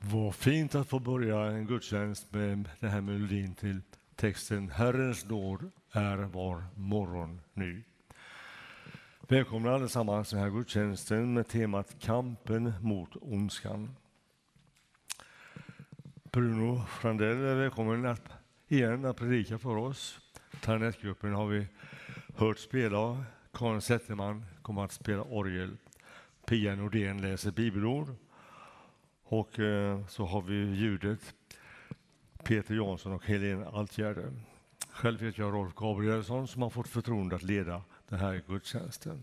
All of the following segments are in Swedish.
Vad fint att få börja en gudstjänst med den här melodin till texten Herrens nåd är var morgon ny. Välkomna allesammans till den här gudstjänsten med temat Kampen mot ondskan. Bruno Frandell är välkommen igen att predika för oss. Tarnetgruppen har vi hört spela. Karin Zetterman kommer att spela orgel. Pia Nordén läser bibelord. Och så har vi ljudet Peter Jansson och Helene Altgärde. Själv heter jag Rolf Gabrielsson som har fått förtroende att leda den här gudstjänsten.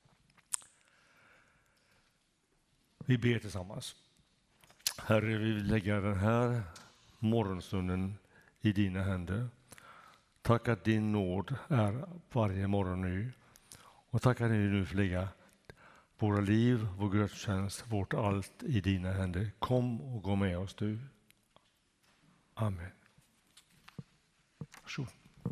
Vi ber tillsammans. Herre, vi vill lägga den här morgonstunden i dina händer. Tack att din nåd är varje morgon ny. Och tack att ni nu får lägga våra liv, vår gudstjänst, vårt allt i dina händer. Kom och gå med oss du. Amen. Varsågod.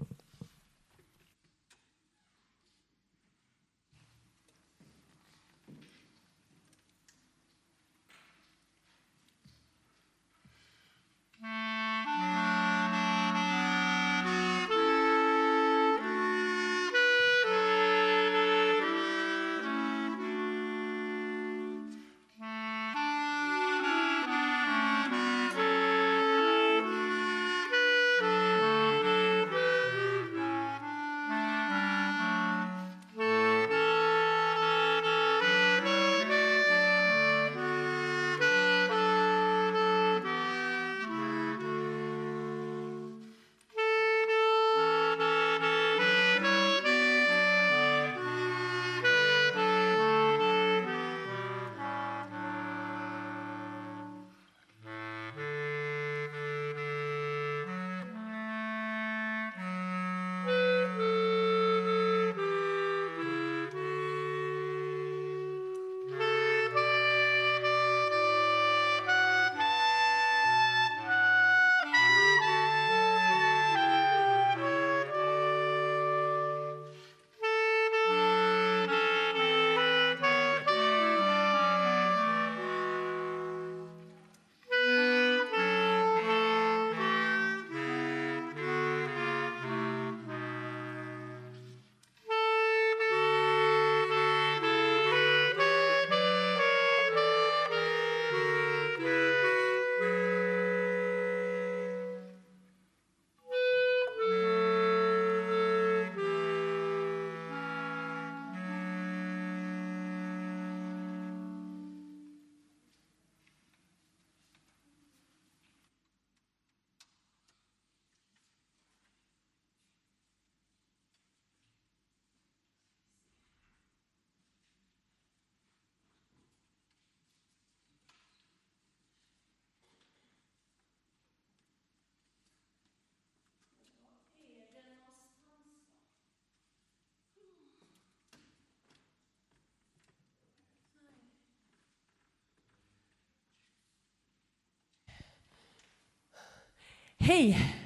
Hej!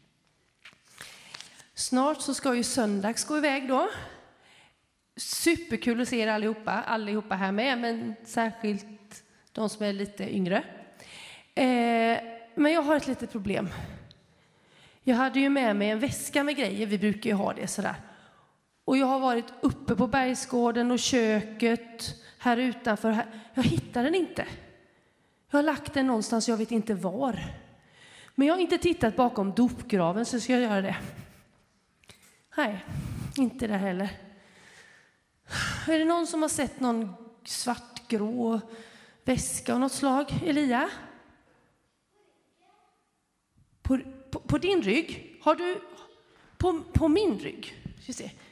Snart så ska ju söndags gå iväg då. Superkul att se er allihopa här med, men särskilt de som är lite yngre. Men jag har ett litet problem. Jag hade ju med mig en väska med grejer, vi brukar ju ha det sådär. Och jag har varit uppe på bergsgården och köket, här utanför. Jag hittar den inte. Jag har lagt den någonstans, jag vet inte var. Men jag har inte tittat bakom dopgraven, så ska jag göra det. Nej, inte där heller. Är det någon som har sett någon svartgrå väska av något slag? Elia? På din rygg? Har du... På min rygg? Ska vi se.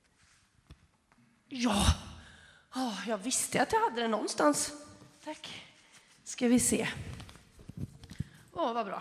Ja, jag visste att jag hade den någonstans. Tack. Ska vi se. Vad bra.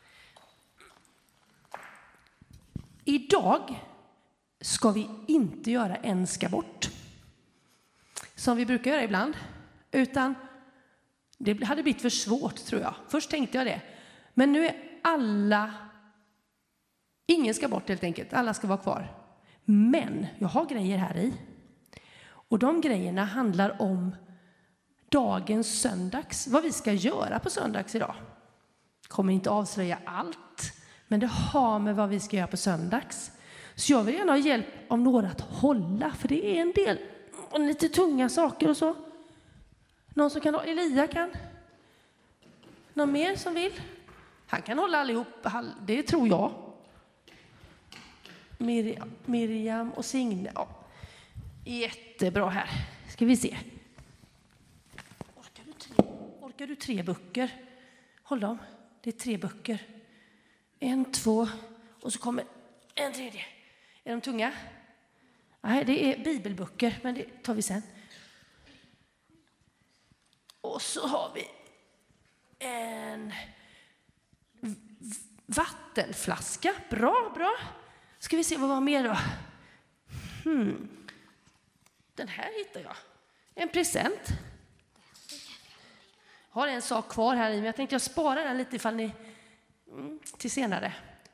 Idag ska vi inte göra en ska bort, som vi brukar göra ibland, utan det hade blivit för svårt, tror jag. Först tänkte jag det. Men nu är ingen ska bort helt enkelt. Alla ska vara kvar. Men jag har grejer här i. Och de grejerna handlar om dagens söndags, vad vi ska göra på söndags idag. Kommer inte avslöja allt, men det har med vad vi ska göra på söndags. Så jag vill gärna ha hjälp av några att hålla, för det är en del lite tunga saker och så. Någon som kan, Elia kan. Någon mer som vill? Han kan hålla allihop, det tror jag. Miriam och Signe. Ja. Jättebra här. Ska vi se. Orkar du 3 böcker? Håll dem. Det är 3 böcker. 1, 2 och så kommer en tredje. Är de tunga? Nej, det är bibelböcker, men det tar vi sen. Och så har vi en vattenflaska. Bra. Ska vi se vad var mer då? Den här hittar jag. En present. Har en sak kvar här i, men jag tänkte jag sparar den lite ifall ni till senare.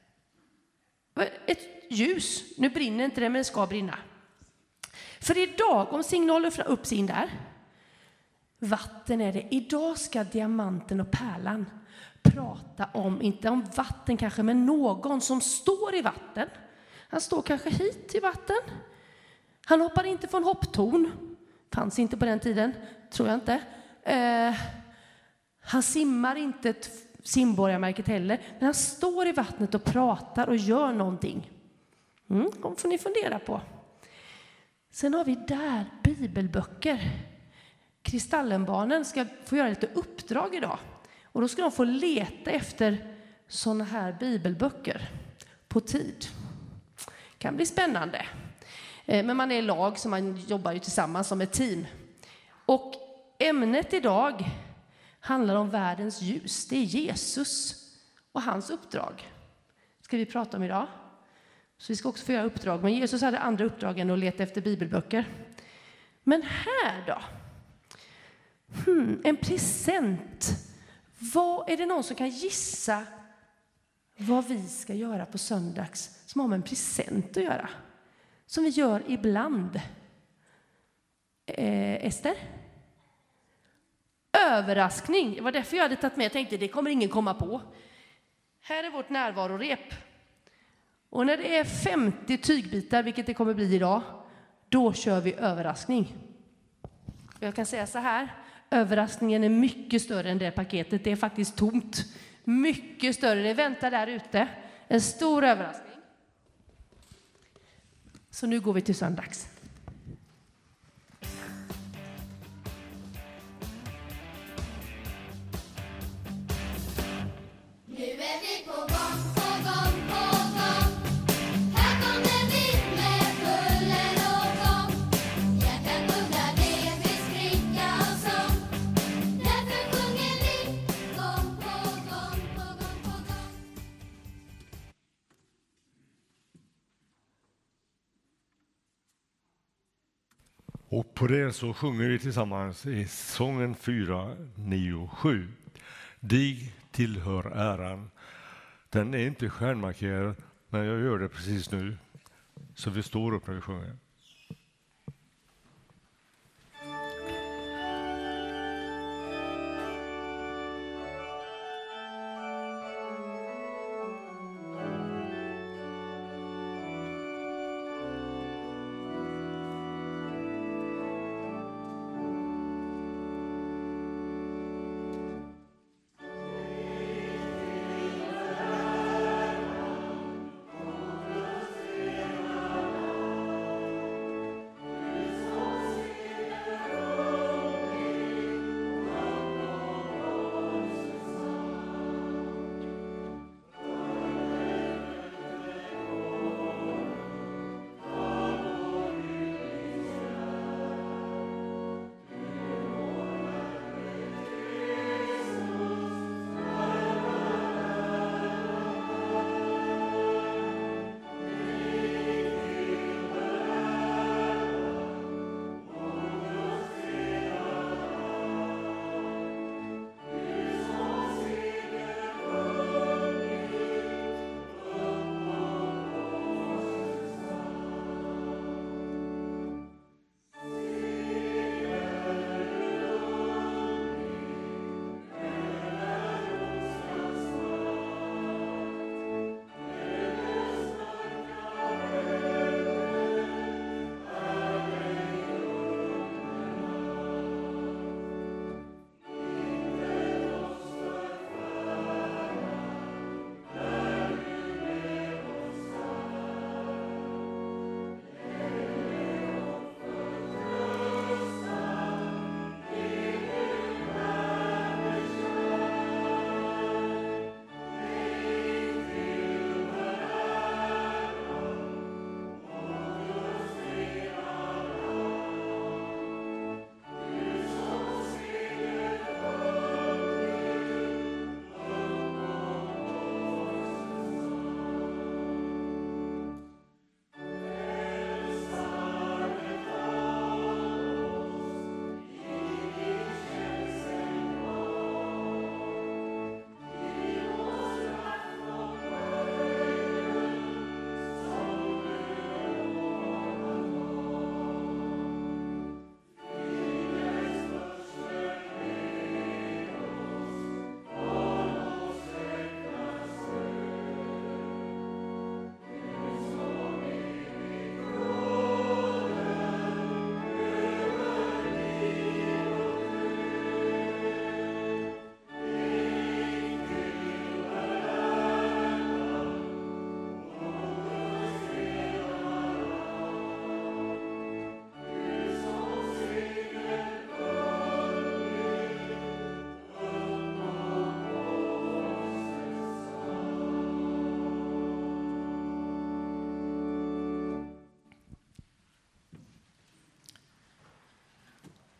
Ett ljus. Nu brinner inte det, men det ska brinna. För idag, om Signe håller upp sin där. Vatten är det. Idag ska diamanten och pärlan prata om, inte om vatten kanske, men någon som står i vatten. Han står kanske hit i vatten. Han hoppar inte från hopptorn. Fanns inte på den tiden, tror jag inte. Han simmar inte ett simborgarmärket heller. Men han står i vattnet och pratar och gör någonting. De får ni fundera på. Sen har vi där bibelböcker. Kristallenbarnen ska få göra lite uppdrag idag. Och då ska de få leta efter såna här bibelböcker på tid. Kan bli spännande. Men man är lag, så man jobbar ju tillsammans som ett team. Och ämnet idag handlar om världens ljus. Det är Jesus och hans uppdrag. Ska vi prata om idag. Så vi ska också få göra uppdrag. Men Jesus hade andra uppdrag än att leta efter bibelböcker. Men här då? En present. Vad är det någon som kan gissa vad vi ska göra på söndags som har med en present att göra? Som vi gör ibland. Ester? Överraskning. Det var därför jag hade tagit med. Jag tänkte det kommer ingen komma på. Här är vårt närvarorep. Och när det är 50 tygbitar, vilket det kommer bli idag, då kör vi överraskning. Jag kan säga så här. Överraskningen är mycket större än det paketet. Det är faktiskt tomt. Mycket större. Det väntar där ute. En stor överraskning. Så nu går vi till söndags. Nu är vi på gång. Här kommer vi med buller och gång. Hjärtat bubblar, det vill skrika och sång. Därför sjunger vi gång på gång. Och på det så sjunger vi tillsammans i sången 497. Dig tillhör äran. Den är inte stjärnmarkerad, men jag gör det precis nu. Så vi står upp när vi sjunger.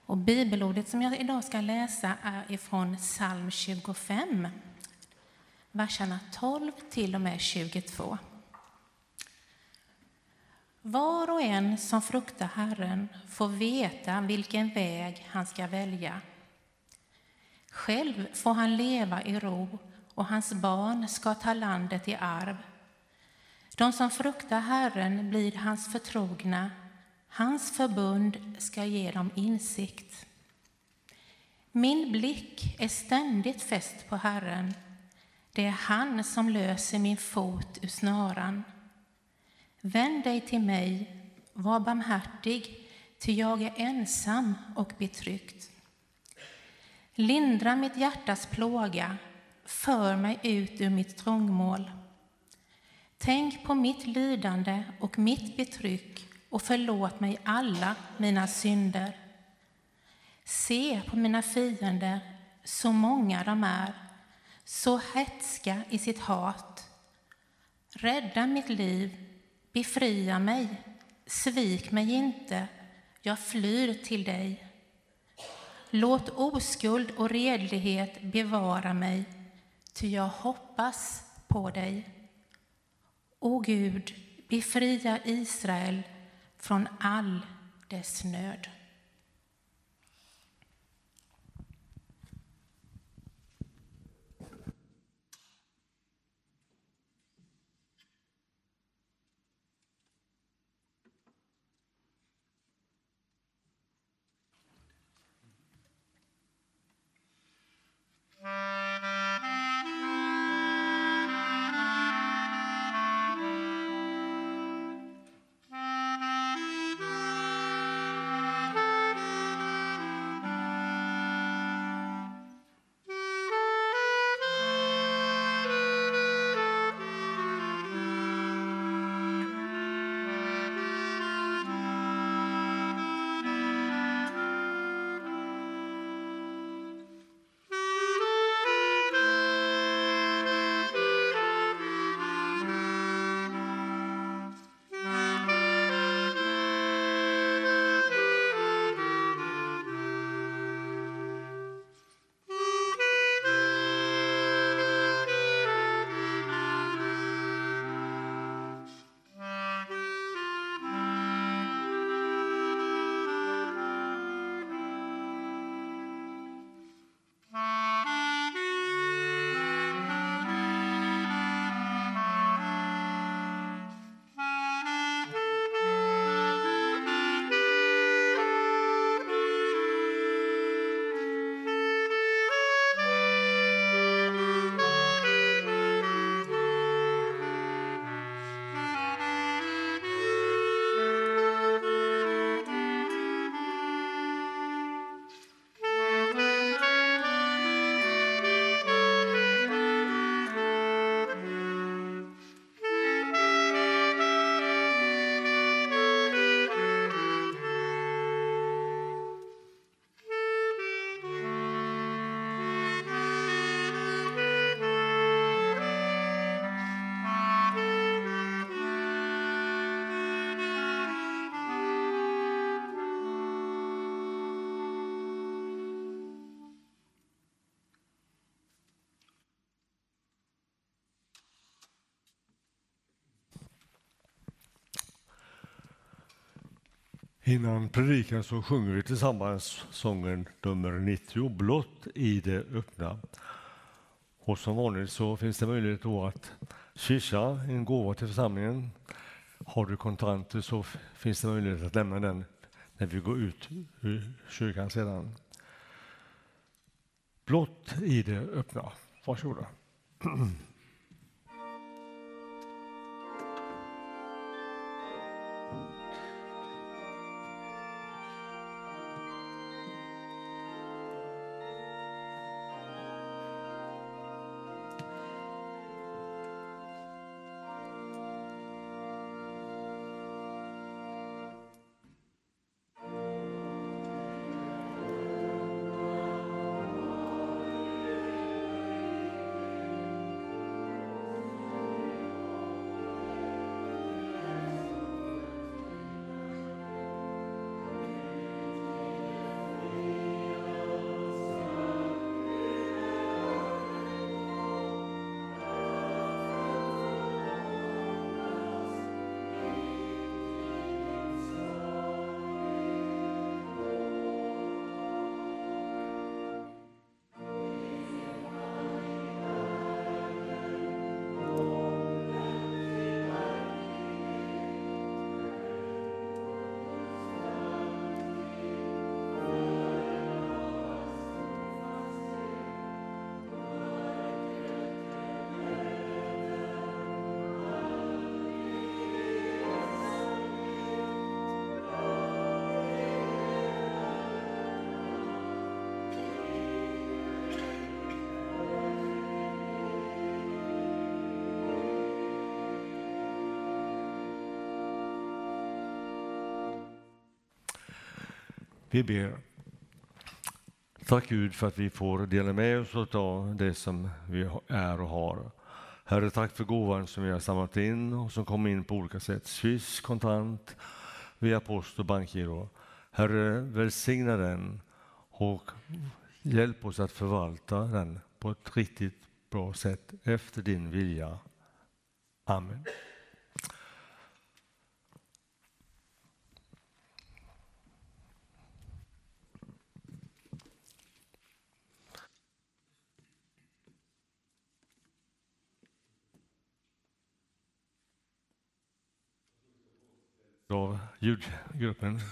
Och bibelordet som jag idag ska läsa är ifrån psalm 25, verserna 12 till och med 22. Var och en som fruktar Herren får veta vilken väg han ska välja. Själv får han leva i ro, och hans barn ska ta landet i arv. De som fruktar Herren blir hans förtrogna. Hans förbund ska ge dem insikt. Min blick är ständigt fäst på Herren. Det är han som löser min fot ur snaran. Vänd dig till mig, var barmhärtig, ty jag är ensam och betryckt. Lindra mitt hjärtas plåga, för mig ut ur mitt trångmål. Tänk på mitt lidande och mitt betryck och förlåt mig alla mina synder. Se på mina fiender, så många de är, så hätska i sitt hat. Rädda mitt liv, befria mig, svik mig inte, jag flyr till dig. Låt oskuld och redlighet bevara mig, ty jag hoppas på dig. O Gud, befria Israel från all dess nöd. Innan predikan så sjunger vi tillsammans sången nummer 90, Blott i det öppna. Och som vanligt så finns det möjlighet då att swisha en gåva till församlingen. Har du kontanter så finns det möjlighet att lämna den när vi går ut ur kyrkan sedan. Blott i det öppna. Varsågoda. Vi ber. Tack Gud för att vi får dela med oss av det som vi är och har. Herre, tack för gåvan som vi har samlat in och som kommer in på olika sätt. Swiss, kontant, via post och bankgiro. Herre, välsigna den och hjälp oss att förvalta den på ett riktigt bra sätt efter din vilja. Amen. Då ljudgruppen.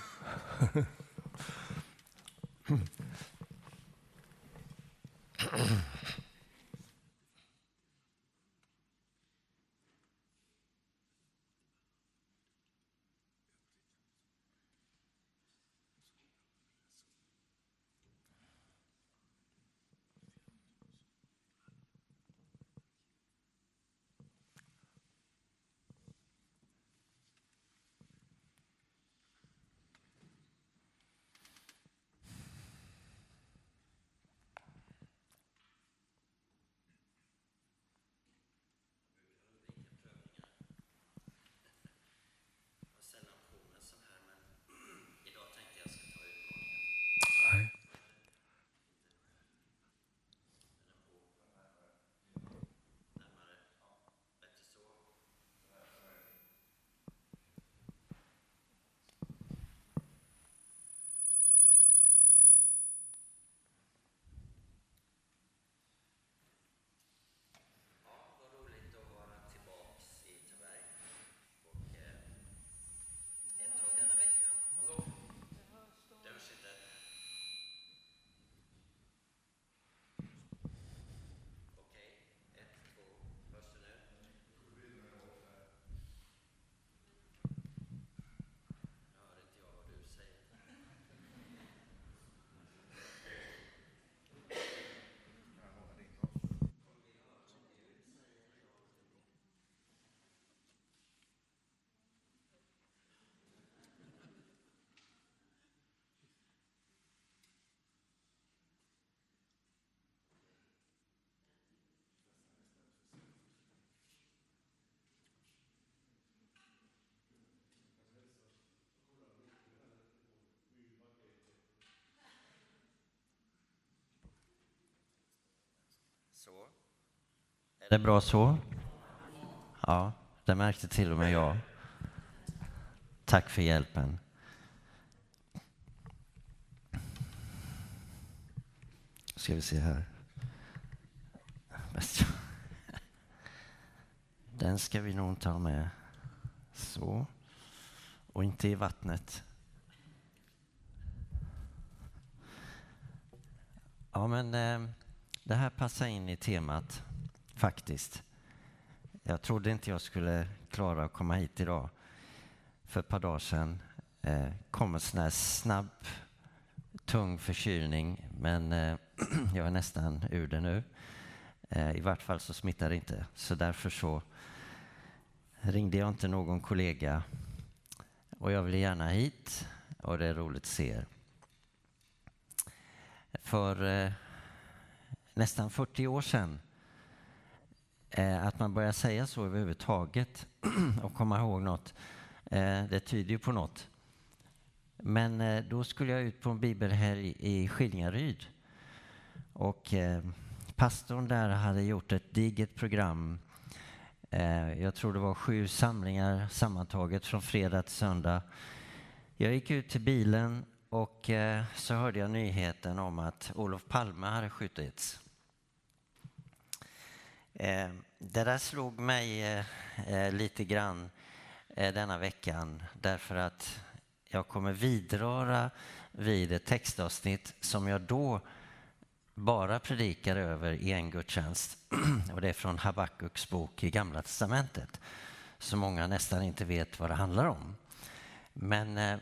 Så. Är det bra så? Ja, det märkte till och med jag. Tack för hjälpen. Ska vi se här. Den ska vi nog ta med. Så. Och inte i vattnet. Ja, men det här passar in i temat faktiskt. Jag trodde inte jag skulle klara att komma hit idag. För ett par dagar sedan kom en sån här snabb, tung förkylning. Men jag är nästan ur det nu. I vart fall så smittar det inte. Så därför så ringde jag inte någon kollega. Och jag vill gärna hit. Och det är roligt att se er. För nästan 40 år sedan att man börjar säga så överhuvudtaget och komma ihåg något, det tyder ju på något. Men då skulle jag ut på en bibelhelg i Skillingaryd och pastorn där hade gjort ett digert program. Jag tror det var 7 samlingar sammantaget från fredag till söndag. Jag gick ut till bilen och så hörde jag nyheten om att Olof Palme hade skjutits. Det där slog mig lite grann denna veckan därför att jag kommer vidröra vid ett textavsnitt som jag då bara predikar över i en gudstjänst. Och det är från Habakkuks bok i Gamla testamentet. Så många nästan inte vet vad det handlar om. Men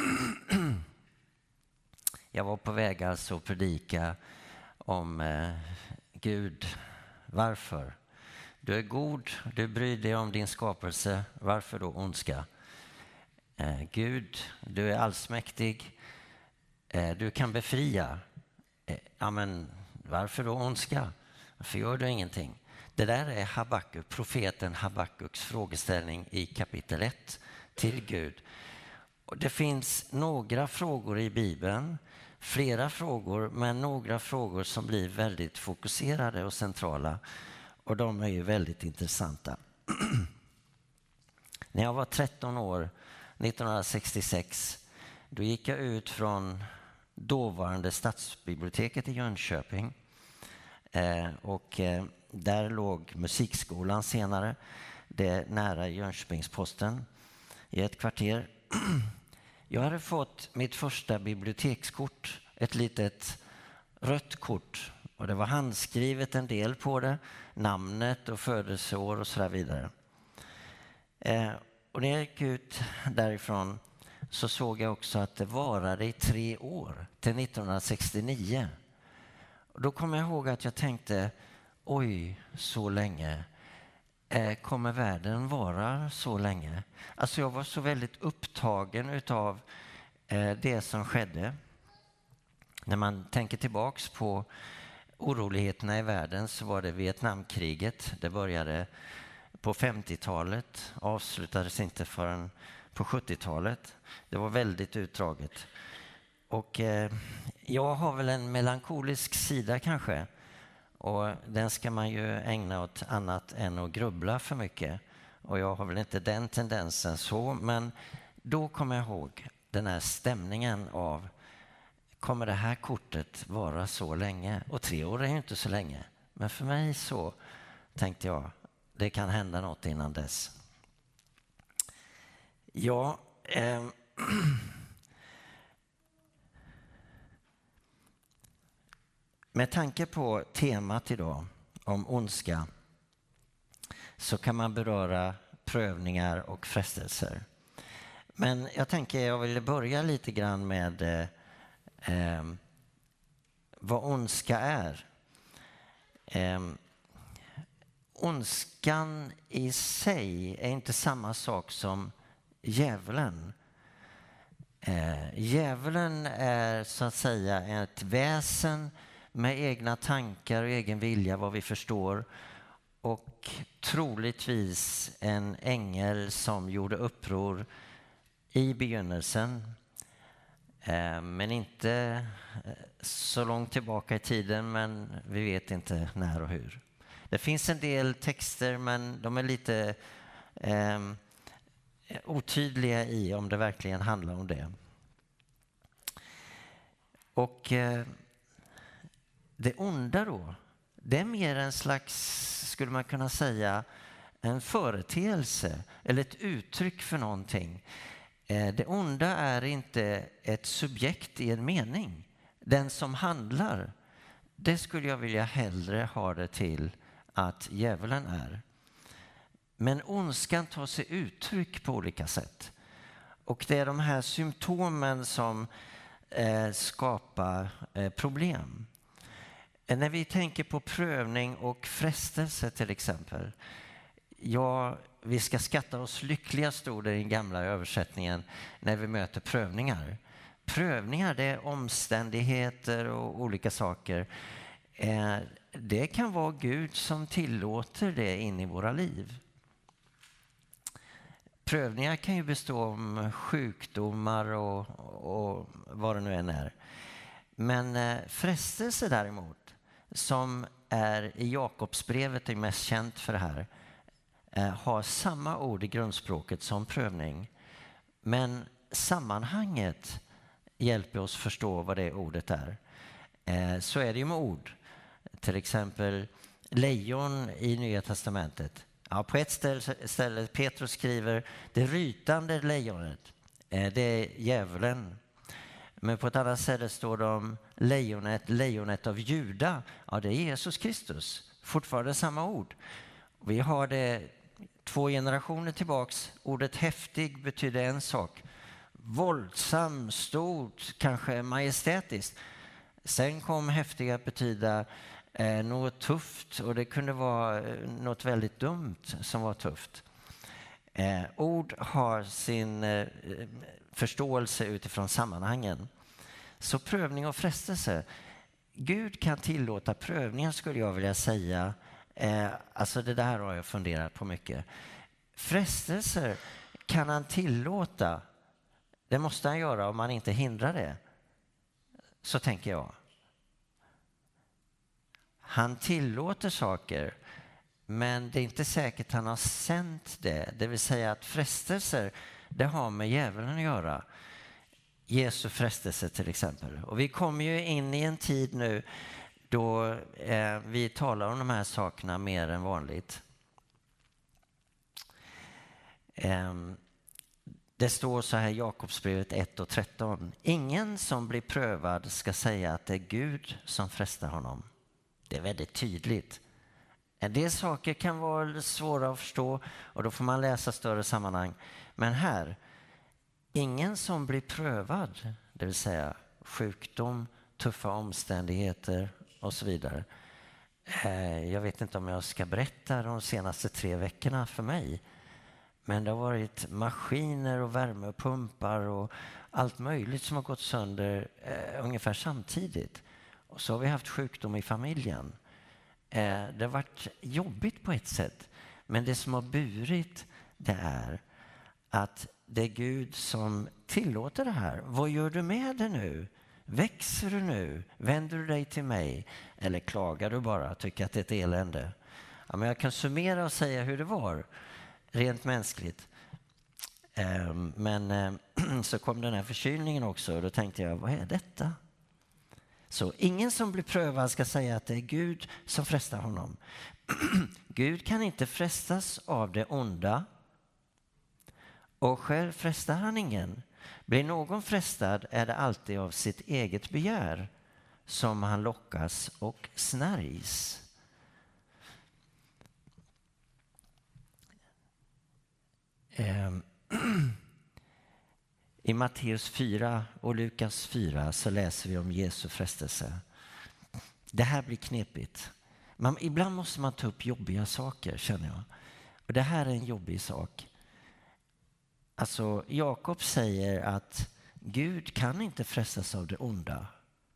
jag var på väg alltså att predika om Gud. Varför? Du är god, du bryr dig om din skapelse. Varför då ondska? Gud, du är allsmäktig. Du kan befria. Ja, men varför då ondska? Varför gör du ingenting? Det där är Habakuk, profeten Habakuks frågeställning i kapitel 1 till Gud. Och det finns några frågor i Bibeln, flera frågor, men några frågor som blir väldigt fokuserade och centrala. Och de är ju väldigt intressanta. När jag var 13 år, 1966, då gick jag ut från dåvarande stadsbiblioteket i Jönköping. Där låg musikskolan senare, det är nära Jönköpingsposten i ett kvarter. Jag hade fått mitt första bibliotekskort, ett litet rött kort, och det var handskrivet en del på det, namnet och födelseår och så där vidare. Och när jag gick ut därifrån så såg jag också att det varade i 3 år, till 1969. Och då kom jag ihåg att jag tänkte, oj, så länge. Kommer världen vara så länge? Alltså jag var så väldigt upptagen utav det som skedde. När man tänker tillbaks på oroligheterna i världen så var det Vietnamkriget. Det började på 50-talet, avslutades inte förrän på 70-talet. Det var väldigt utdraget. Och jag har väl en melankolisk sida kanske. Och den ska man ju ägna åt annat än att grubbla för mycket. Och jag har väl inte den tendensen så. Men då kommer jag ihåg den här stämningen av, kommer det här kortet vara så länge? Och 3 år är ju inte så länge. Men för mig så tänkte jag, det kan hända något innan dess. Ja, med tanke på temat idag om ondska så kan man beröra prövningar och frestelser. Men jag vill börja lite grann med vad ondska är. Ondskan i sig är inte samma sak som djävulen. Djävulen är så att säga ett väsen med egna tankar och egen vilja, vad vi förstår. Och troligtvis en ängel som gjorde uppror i begynnelsen. Men inte så långt tillbaka i tiden, men vi vet inte när och hur. Det finns en del texter, men de är lite otydliga i om det verkligen handlar om det. Och det onda då, det är mer en slags, skulle man kunna säga, en företeelse eller ett uttryck för någonting. Det onda är inte ett subjekt i en mening. Den som handlar, det skulle jag vilja hellre ha det till att djävulen är. Men ondskan tar sig uttryck på olika sätt. Och det är de här symptomen som skapar problem. När vi tänker på prövning och frestelse till exempel. Ja, vi ska skatta oss lyckliga, stod det i den gamla översättningen, när vi möter prövningar. Prövningar, det är omständigheter och olika saker. Det kan vara Gud som tillåter det in i våra liv. Prövningar kan ju bestå om sjukdomar och vad det nu än är. Men frestelse däremot, som är i Jakobsbrevet, är mest känt för det här, har samma ord i grundspråket som prövning. Men sammanhanget hjälper oss förstå vad det ordet är. Så är det ju med ord. Till exempel lejon i Nya testamentet. Ja, på ett ställe Petrus skriver det rytande lejonet. Det är djävulen. Men på ett annat ställe står det om lejonet av Juda. Ja, det är Jesus Kristus. Fortfarande samma ord. Vi har det 2 generationer tillbaks. Ordet häftig betyder en sak. Våldsam, stort, kanske majestätiskt. Sen kom häftig att betyda något tufft, och det kunde vara något väldigt dumt som var tufft. Ord har sin förståelse utifrån sammanhangen. Så prövning och frestelse. Gud kan tillåta prövningar, skulle jag vilja säga. Alltså det där har jag funderat på mycket. Frestelser kan han tillåta. Det måste han göra om man inte hindrar det. Så tänker jag. Han tillåter saker, men det är inte säkert han har sänt det. Det vill säga att frestelser, det har med djävulen att göra. Jesu frestelse till exempel. Och vi kommer ju in i en tid nu då vi talar om de här sakerna mer än vanligt. Det står så här i Jakobsbrevet 1:13. Ingen som blir prövad ska säga att det är Gud som frestar honom. Det är väldigt tydligt. En del saker kan vara svåra att förstå och då får man läsa större sammanhang. Men här, ingen som blir prövad, det vill säga sjukdom, tuffa omständigheter och så vidare. Jag vet inte om jag ska berätta de senaste 3 veckorna för mig. Men det har varit maskiner och värmepumpar och allt möjligt som har gått sönder ungefär samtidigt. Och så har vi haft sjukdom i familjen. Det har varit jobbigt på ett sätt. Men det som har burit det är att det är Gud som tillåter det här. Vad gör du med det nu? Växer du nu? Vänder du dig till mig? Eller klagar du bara och tycker att det är ett elände? Ja, men jag kan summera och säga hur det var. Rent mänskligt. Men så kom den här förkylningen också. Och då tänkte jag, vad är detta? Så ingen som blir prövad ska säga att det är Gud som frestar honom. Gud kan inte frestas av det onda. Och själv frestar han ingen. Blir någon frestad är det alltid av sitt eget begär som han lockas och snärjs. I Matteus 4 och Lukas 4 så läser vi om Jesu frestelse. Det här blir knepigt. Ibland måste man ta upp jobbiga saker, känner jag. Och det här är en jobbig sak. Alltså, Jakob säger att Gud kan inte frestas av det onda.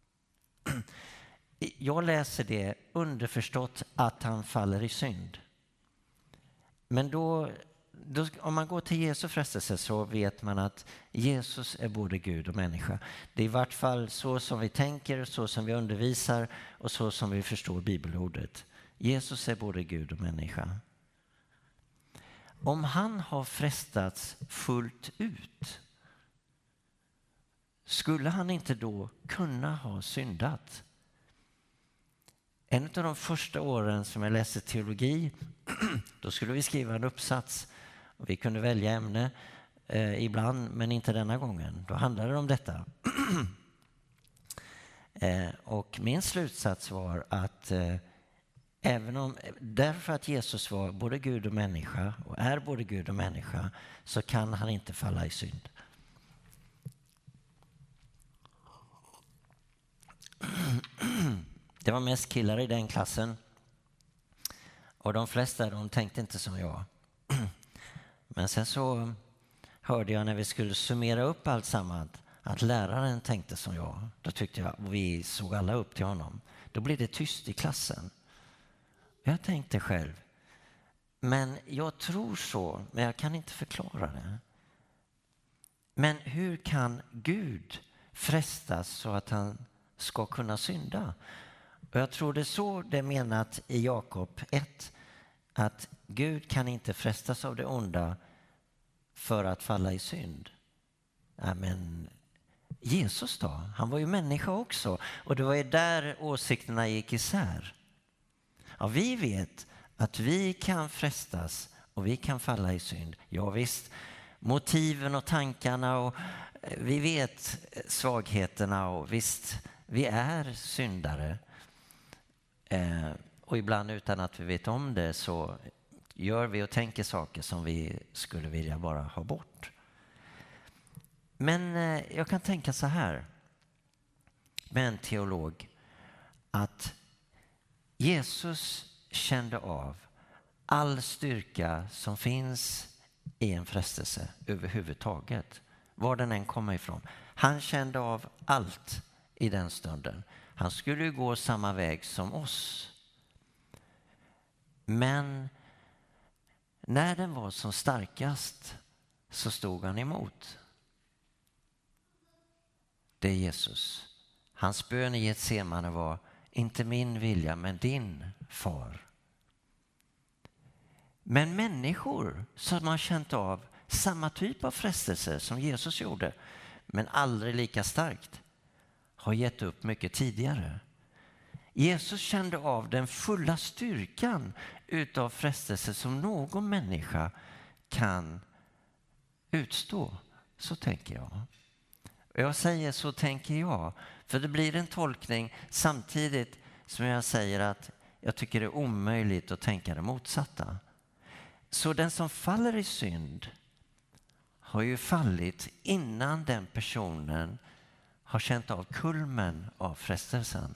Jag läser det underförstått att han faller i synd. Men då, om man går till Jesu frestelse så vet man att Jesus är både Gud och människa. Det är i vart fall så som vi tänker, så som vi undervisar och så som vi förstår bibelordet. Jesus är både Gud och människa. Om han har frestats fullt ut, skulle han inte då kunna ha syndat? En av de första åren som jag läste teologi, då skulle vi skriva en uppsats. Och vi kunde välja ämne ibland, men inte denna gången. Då handlade det om detta. Och min slutsats var att därför att Jesus var både Gud och människa och är både Gud och människa, så kan han inte falla i synd. Det var mest killar i den klassen. Och de flesta, de tänkte inte som jag. Men sen så hörde jag när vi skulle summera upp allt samman att läraren tänkte som jag. Då tyckte jag, och vi såg alla upp till honom. Då blev det tyst i klassen. Jag tänkte själv, men jag tror så, men jag kan inte förklara det. Men hur kan Gud frestas så att han ska kunna synda? Och jag tror det är så det är menat i Jakob 1, att Gud kan inte frestas av det onda för att falla i synd. Ja, men Jesus då? Han var ju människa också. Och det var ju där åsikterna gick isär. Ja, vi vet att vi kan frestas och vi kan falla i synd. Ja visst, motiven och tankarna och vi vet svagheterna och visst, vi är syndare. Och ibland utan att vi vet om det så gör vi och tänker saker som vi skulle vilja bara ha bort. Men jag kan tänka så här med en teolog, att Jesus kände av all styrka som finns i en frestelse överhuvudtaget, var den än kommer ifrån. Han kände av allt i den stunden. Han skulle ju gå samma väg som oss. Men när den var som starkast så stod han emot. Det är Jesus. Hans bön i Getsemane var: inte min vilja, men din, far. Men människor som har känt av samma typ av frestelser som Jesus gjorde, men aldrig lika starkt, har gett upp mycket tidigare. Jesus kände av den fulla styrkan utav frestelser som någon människa kan utstå. Så tänker jag. Jag säger så tänker jag, för det blir en tolkning samtidigt som jag säger att jag tycker det är omöjligt att tänka det motsatta. Så den som faller i synd har ju fallit innan den personen har känt av kulmen av frestelsen.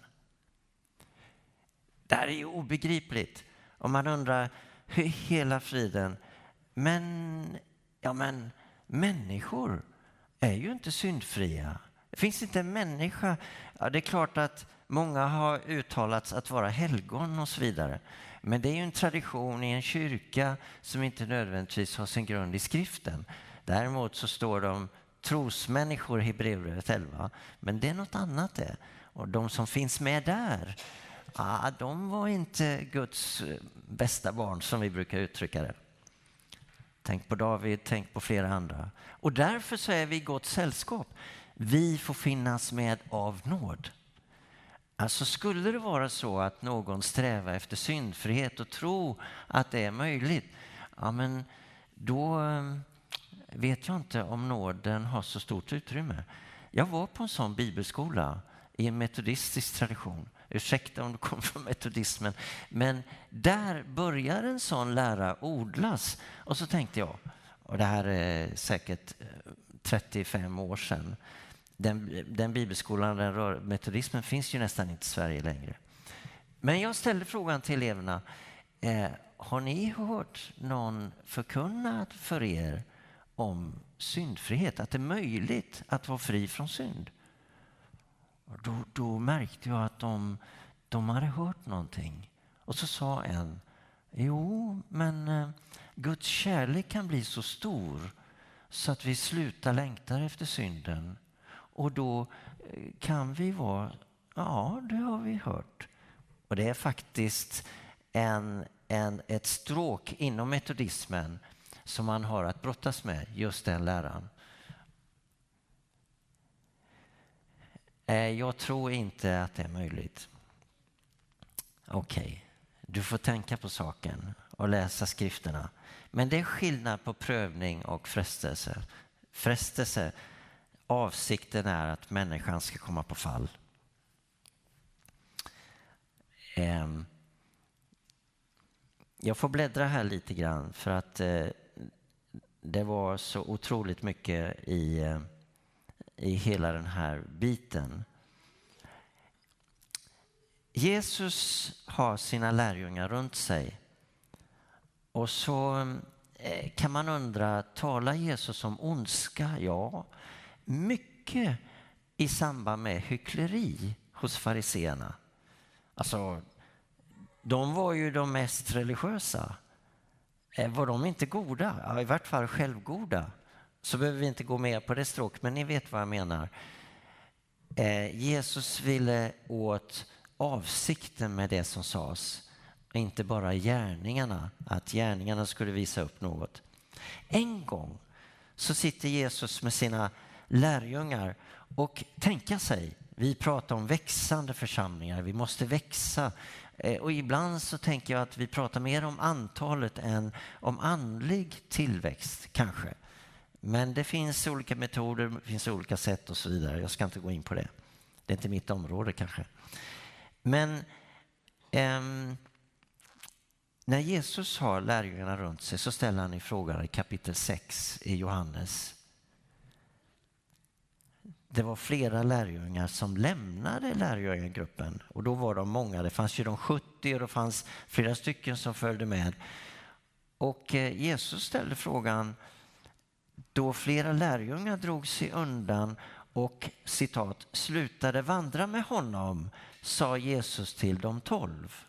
Det här är ju obegripligt. Om man undrar hur hela friden, men människor är ju inte syndfria. Det finns inte en människa. Ja, det är klart att många har uttalats att vara helgon och så vidare. Men det är ju en tradition i en kyrka som inte nödvändigtvis har sin grund i skriften. Däremot så står de trosmänniskor i Hebreerbrevet 11. Men det är något annat det. Och de som finns med där, de var inte Guds bästa barn som vi brukar uttrycka det. Tänk på David, tänk på flera andra. Och därför så är vi i gott sällskap. Vi får finnas med av nåd. Alltså skulle det vara så att någon strävar efter syndfrihet och tror att det är möjligt, ja men då vet jag inte om nåden har så stort utrymme. Jag var på en sån bibelskola i en metodistisk tradition. Ursäkta om du kommer från metodismen. Men där börjar en sån lära odlas. Och så tänkte jag, och det här är säkert 35 år sedan. Den bibelskolan, metodismen, finns ju nästan inte i Sverige längre. Men jag ställde frågan till eleverna. Har ni hört någon förkunna för er om syndfrihet? Att det är möjligt att vara fri från synd? Då märkte jag att de hade hört någonting. Och så sa en, jo men Guds kärlek kan bli så stor så att vi slutar längta efter synden. Och då kan vi vara, ja det har vi hört. Och det är faktiskt ett stråk inom metodismen som man har att brottas med, just den läran. Jag tror inte att det är möjligt. Okej, du får tänka på saken och läsa skrifterna. Men det är skillnad på prövning och frestelse. Frestelse, avsikten är att människan ska komma på fall. Jag får bläddra här lite grann för att det var så otroligt mycket i hela den här biten. Jesus har sina lärjungar runt sig. Och så kan man undra, talar Jesus om ondska? Ja, mycket i samband med hyckleri hos fariseerna. Alltså, de var ju de mest religiösa. Var de inte goda? Ja, i vart fall självgoda. Så behöver vi inte gå med på det stråk, men ni vet vad jag menar. Jesus ville åt avsikten med det som sades, inte bara gärningarna, att gärningarna skulle visa upp något. En gång så sitter Jesus med sina lärjungar och tänka sig, vi pratar om växande församlingar, vi måste växa. Och ibland så tänker jag att vi pratar mer om antalet än om andlig tillväxt kanske. Men det finns olika metoder, det finns olika sätt och så vidare. Jag ska inte gå in på det. Det är inte mitt område kanske. Men när Jesus har lärjungarna runt sig så ställer han en fråga i kapitel 6 i Johannes. Det var flera lärjungar som lämnade lärjungagruppen. Och då var de många. Det fanns ju de 70 och det fanns flera stycken som följde med. Och Jesus ställde frågan, då flera lärjungar drog sig undan och citat slutade vandra med honom, sa Jesus till de 12.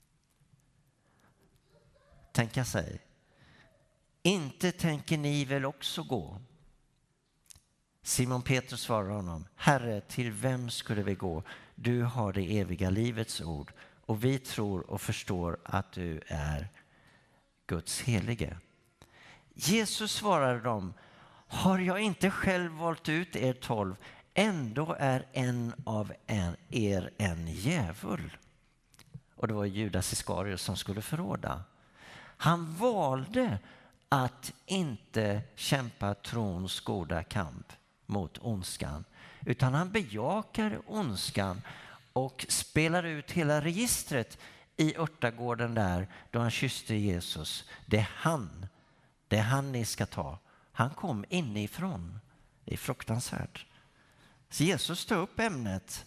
Tänka sig, inte tänker ni väl också gå? Simon Petrus svarade honom, Herre, till vem skulle vi gå? Du har det eviga livets ord och vi tror och förstår att du är Guds helige. Jesus svarade dem, har jag inte själv valt ut er 12? Ändå är en av er en djävul. Och det var Judas Iskariot som skulle förråda. Han valde att inte kämpa trons goda kamp mot ondskan, utan han bejakar ondskan och spelar ut hela registret i örtagården där då han kysste Jesus. Det är han ni ska ta. Han kom inifrån. Det är fruktansvärt. Så Jesus tar upp ämnet.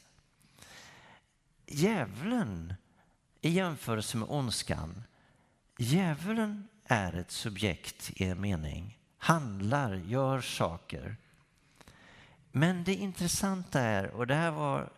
Djävulen i jämförelse med ondskan. Djävulen är ett subjekt i en mening. Handlar, gör saker. Men det intressanta är, och det här var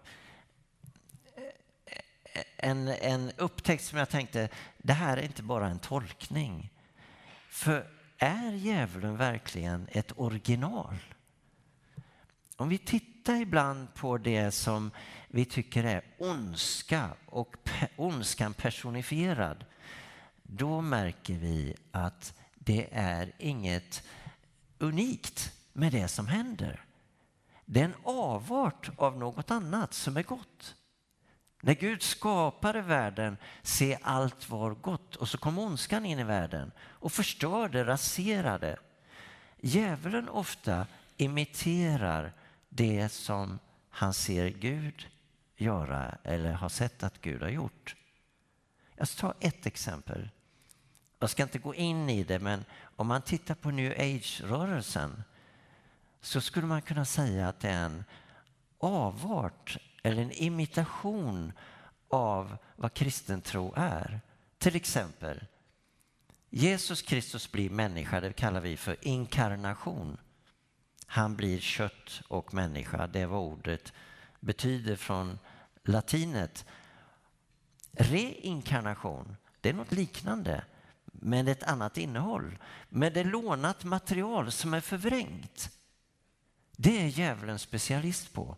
en upptäckt som jag tänkte, det här är inte bara en tolkning. För är djävulen verkligen ett original? Om vi tittar ibland på det som vi tycker är ondska och ondskan personifierad, då märker vi att det är inget unikt med det som händer. Det är en avart av något annat som är gott. När Gud skapade världen, se allt var gott, och så kom ondskan in i världen och förstörde, raserade. Djävulen ofta imiterar det som han ser Gud göra eller har sett att Gud har gjort. Jag ska ta ett exempel. Jag ska inte gå in i det, men om man tittar på New Age-rörelsen så skulle man kunna säga att det är en avart eller en imitation av vad kristen tro är. Till exempel, Jesus Kristus blir människa, det kallar vi för inkarnation. Han blir kött och människa, det är vad ordet betyder från latinet. Reinkarnation, det är något liknande med ett annat innehåll. Med det lånat material som är förvrängt. Det är djävulen specialist på.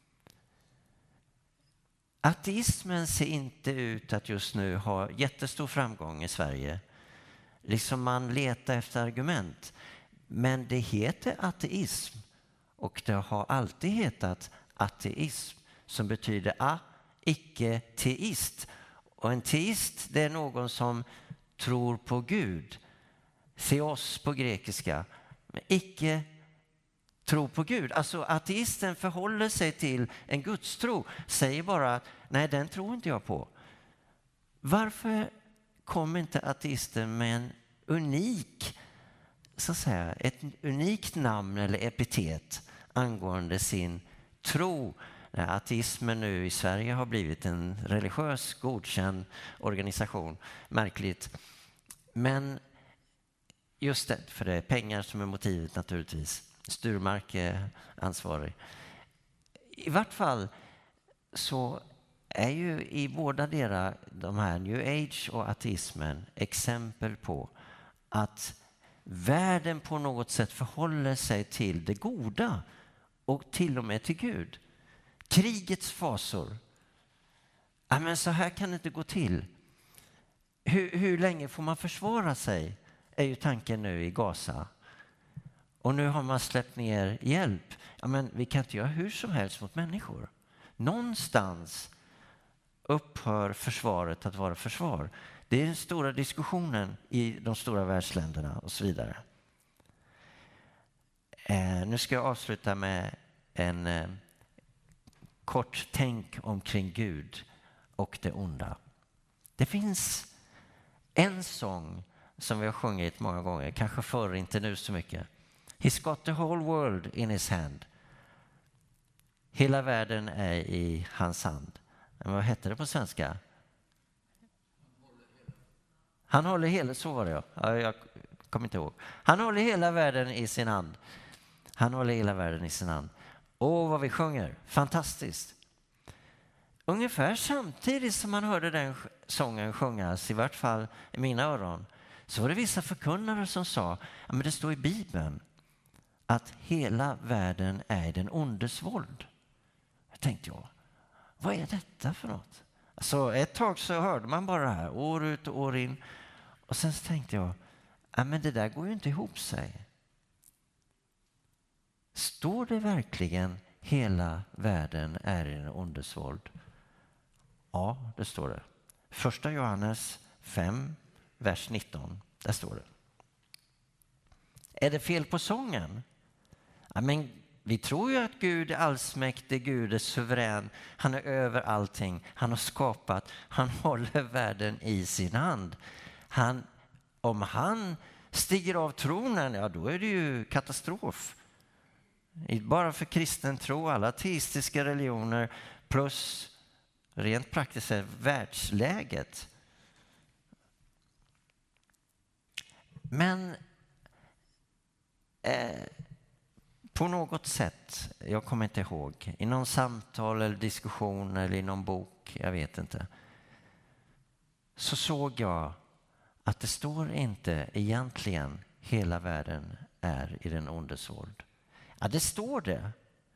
Ateismen ser inte ut att just nu ha jättestor framgång i Sverige. Liksom man letar efter argument. Men det heter ateism. Och det har alltid hetat ateism. Som betyder icke-teist. Och en teist, det är någon som tror på Gud. Theos på grekiska. Men icke tro på Gud. Alltså ateisten förhåller sig till en gudstro. Säger bara att nej, den tror inte jag på. Varför kommer inte ateisten med en unik, så att säga, ett unikt namn eller epitet angående sin tro? När ateismen nu i Sverige har blivit en religiös godkänd organisation. Märkligt. Men just det, för det är pengar som är motivet naturligtvis. Sturmark är ansvarig. I vart fall så är ju i båda de här New Age och ateismen exempel på att världen på något sätt förhåller sig till det goda och till och med till Gud. Krigets fasor. Ja, men så här kan det inte gå till. Hur länge får man försvara sig? Är ju tanken nu i Gaza. Och nu har man släppt ner hjälp. Ja, men vi kan inte göra hur som helst mot människor. Någonstans upphör försvaret att vara försvar. Det är den stora diskussionen i de stora världsländerna och så vidare. Nu ska jag avsluta med en kort tänk omkring Gud och det onda. Det finns en sång som vi har sjungit många gånger, kanske förr, inte nu så mycket. He's got the whole world in his hand. Hela världen är i hans hand. Men vad heter det på svenska? Han håller hela, så var det ja. Jag kommer inte ihåg. Han håller hela världen i sin hand. Han håller hela världen i sin hand. Åh, vad vi sjunger. Fantastiskt. Ungefär samtidigt som man hörde den sången sjungas, i vart fall i mina öron, så var det vissa förkunnare som sa, ja, men det står i Bibeln att hela världen är i den ondes våld. Jag tänkte, vad är detta för något? Alltså, ett tag så hörde man bara det här, år ut och år in. Och sen så tänkte jag, ja, men det där går ju inte ihop sig. Står det verkligen hela världen är i den ondes våld? Ja, det står det. 1 Johannes 5, vers 19. Där står det. Är det fel på sången? Ja, men vi tror ju att Gud är allsmäktig, Gud är suverän. Han är över allting. Han har skapat, han håller världen i sin hand. Om han stiger av tronen, ja, då är det ju katastrof. Bara för kristen tro, alla teistiska religioner plus rent praktiskt världsläget. Men på något sätt, jag kommer inte ihåg, i någon samtal eller diskussion eller i någon bok, jag vet inte, så såg jag att det står inte egentligen hela världen är i den ondes våld. Ja, det står det.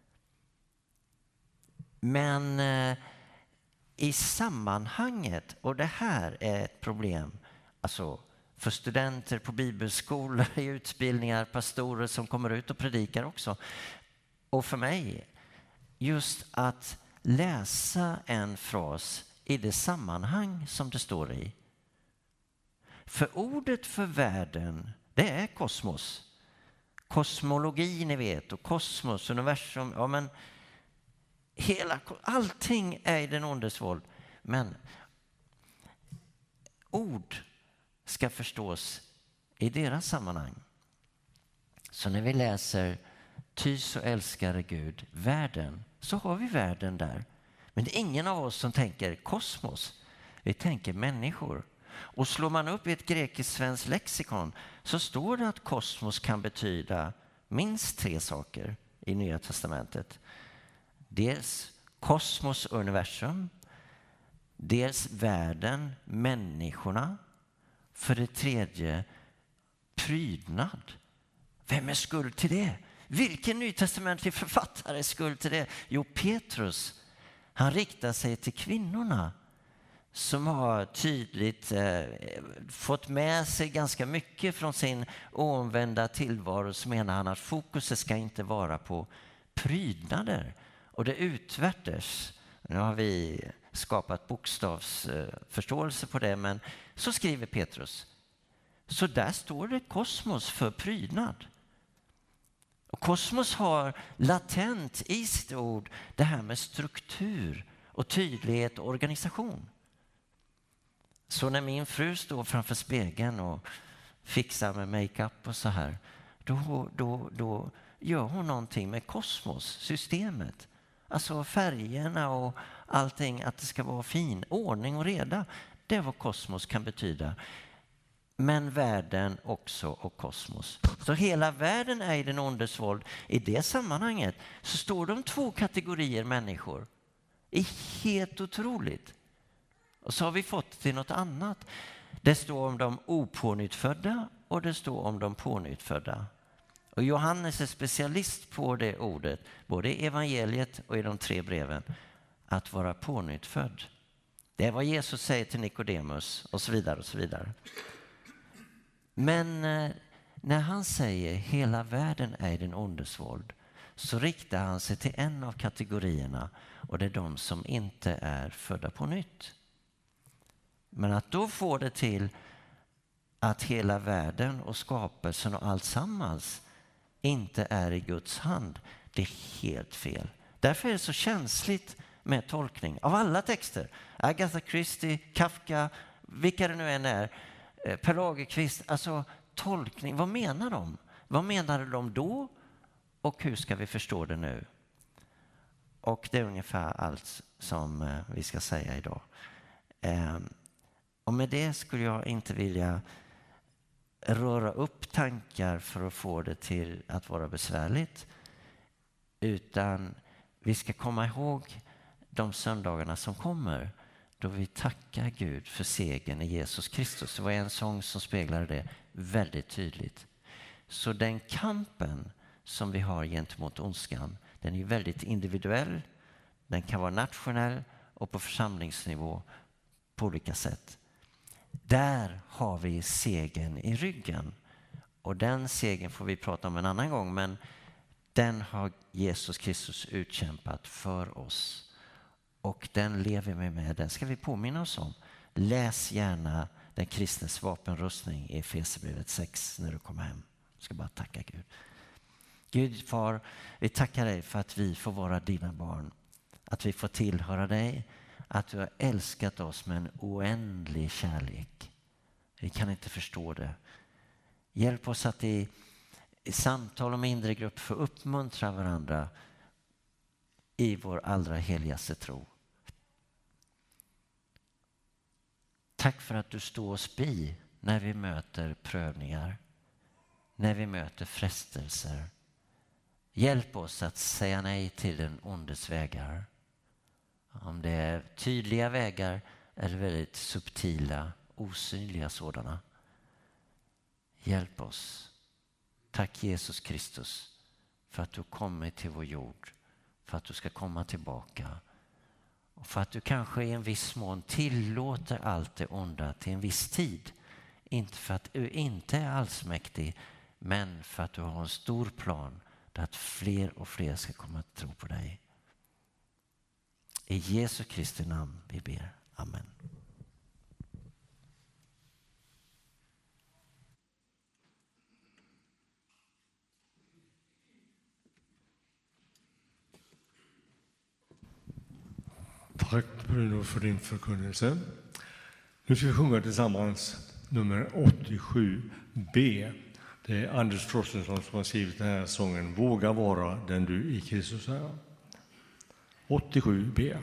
Men i sammanhanget, och det här är ett problem, alltså för studenter på bibelskolor, i utbildningar, pastorer som kommer ut och predikar också. Och för mig, just att läsa en fras i det sammanhang som det står i. För ordet för världen, det är kosmos. Kosmologi, ni vet, och kosmos, universum, ja, men allting är i den ondes våld. Men ord ska förstås i deras sammanhang. Så när vi läser ty så älskar Gud världen, så har vi världen där. Men det är ingen av oss som tänker kosmos. Vi tänker människor. Och slår man upp i ett grekiskt-svenskt lexikon så står det att kosmos kan betyda minst 3 saker i Nya testamentet. Dels kosmos, universum. Dels världen, människorna. För det tredje, prydnad. Vem är skuld till det? Vilken nytestamentlig författare är skuld till det? Jo, Petrus. Han riktar sig till kvinnorna som har tydligt fått med sig ganska mycket från sin omvända tillvaro. Så menar han att fokuset ska inte vara på prydnader. Och det utvärtes. Nu har vi skapat bokstavsförståelse på det, men så skriver Petrus. Så där står det kosmos för prydnad. Och kosmos har latent i sitt ord det här med struktur och tydlighet och organisation. Så när min fru står framför spegeln och fixar med makeup och så här, då gör hon någonting med kosmos, systemet. Alltså färgerna och allting, att det ska vara fin ordning och reda. Det är vad kosmos kan betyda. Men världen också och kosmos. Så hela världen är i den ondes våld. I det sammanhanget så står de 2 kategorier människor. Det är helt otroligt. Och så har vi fått till något annat. Det står om de opånyttfödda och det står om de pånyttfödda. Och Johannes är specialist på det ordet, både i evangeliet och i de 3 breven. Att vara pånyttfödd. Det är vad Jesus säger till Nikodemus och så vidare och så vidare. Men när han säger hela världen är i den ondes våld, så riktar han sig till en av kategorierna, och det är de som inte är födda på nytt. Men att då få det till att hela världen och skapelsen och allt sammans inte är i Guds hand, det är helt fel. Därför är det så känsligt med tolkning av alla texter. Agatha Christie, Kafka, vilka det nu än är, Per Lagerkvist, alltså tolkning, vad menar de? Vad menade de då och hur ska vi förstå det nu? Och det är ungefär allt som vi ska säga idag. Och med det skulle jag inte vilja röra upp tankar för att få det till att vara besvärligt. utan vi ska komma ihåg de söndagarna som kommer då vi tackar Gud för segern i Jesus Kristus. Det var en sång som speglade det väldigt tydligt. Så den kampen som vi har gentemot ondskan, den är väldigt individuell. Den kan vara nationell och på församlingsnivå på olika sätt. Där har vi segern i ryggen. Och den segern får vi prata om en annan gång, men den har Jesus Kristus utkämpat för oss. Och den lever vi med, den ska vi påminna oss om. Läs gärna den kristnes vapenrustning i Efesierbrevet 6 när du kommer hem. Jag ska bara tacka Gud. Gud far, vi tackar dig för att vi får vara dina barn. Att vi får tillhöra dig. Att du har älskat oss med en oändlig kärlek. Vi kan inte förstå det. Hjälp oss att i samtal och mindre grupp få uppmuntra varandra i vår allra heligaste tro. Tack för att du står oss bi när vi möter prövningar, när vi möter frestelser. Hjälp oss att säga nej till den ondes vägar. Om det är tydliga vägar eller väldigt subtila, osynliga sådana. Hjälp oss. Tack Jesus Kristus för att du kommit till vår jord, för att du ska komma tillbaka och för att du kanske i en viss mån tillåter allt det onda till en viss tid. Inte för att du inte är allsmäktig, men för att du har en stor plan där att fler och fler ska komma att tro på dig. I Jesu Kristi namn vi ber. Amen. Tack Bruno för din förkunnelse. Nu ska vi sjunga tillsammans nummer 87b. Det är Anders Frostenson som har skrivit den här sången Våga vara den du i Kristus är. 87b.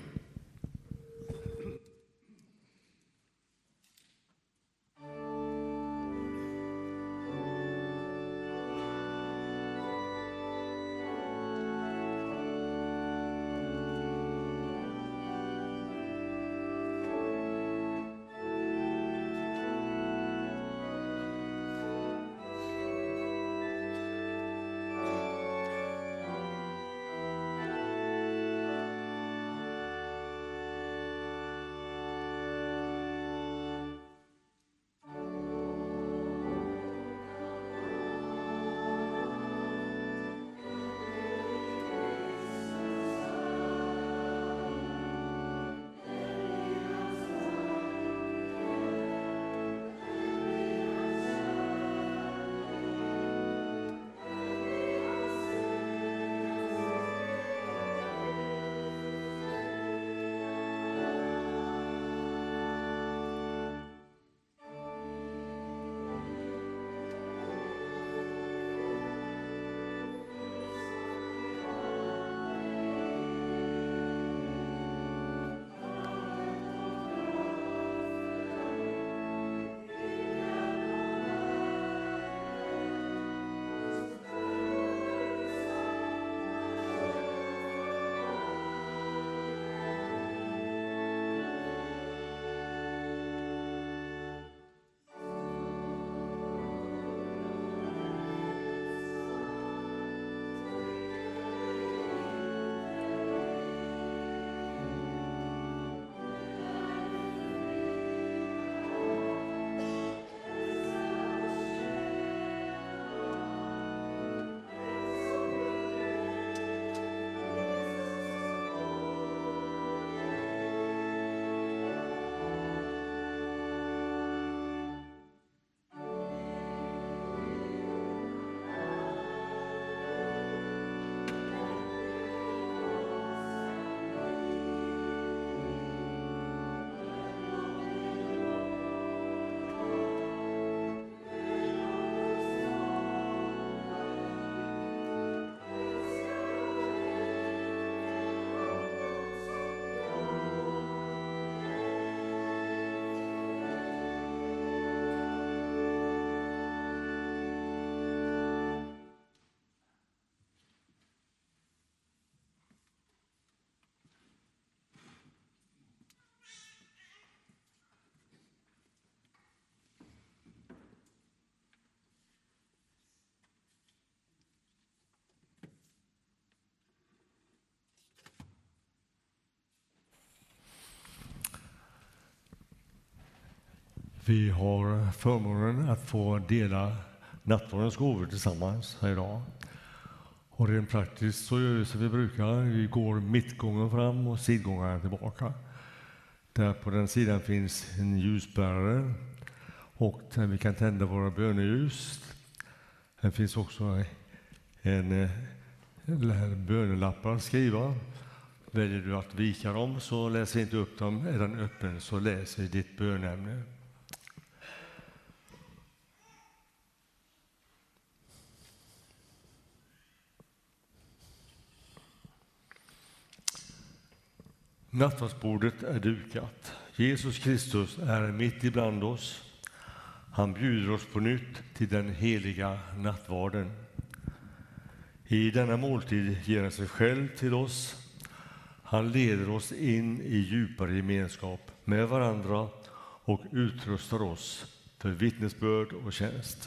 Vi har förmånen att få dela nattvardens gåvor tillsammans här idag. Och rent praktiskt så gör vi som vi brukar. Vi går mittgången fram och sidgångarna tillbaka. Där på den sidan finns en ljusbärare och där vi kan tända våra böneljus. Det finns också en bönelappar att skriva. Väljer du att vika dem så läser vi inte upp dem. Är den öppen så läser vi ditt bönämne. Nattvardsbordet är dukat. Jesus Kristus är mitt ibland oss. Han bjuder oss på nytt till den heliga nattvarden. I denna måltid ger han sig själv till oss. Han leder oss in i djupare gemenskap med varandra och utrustar oss för vittnesbörd och tjänst.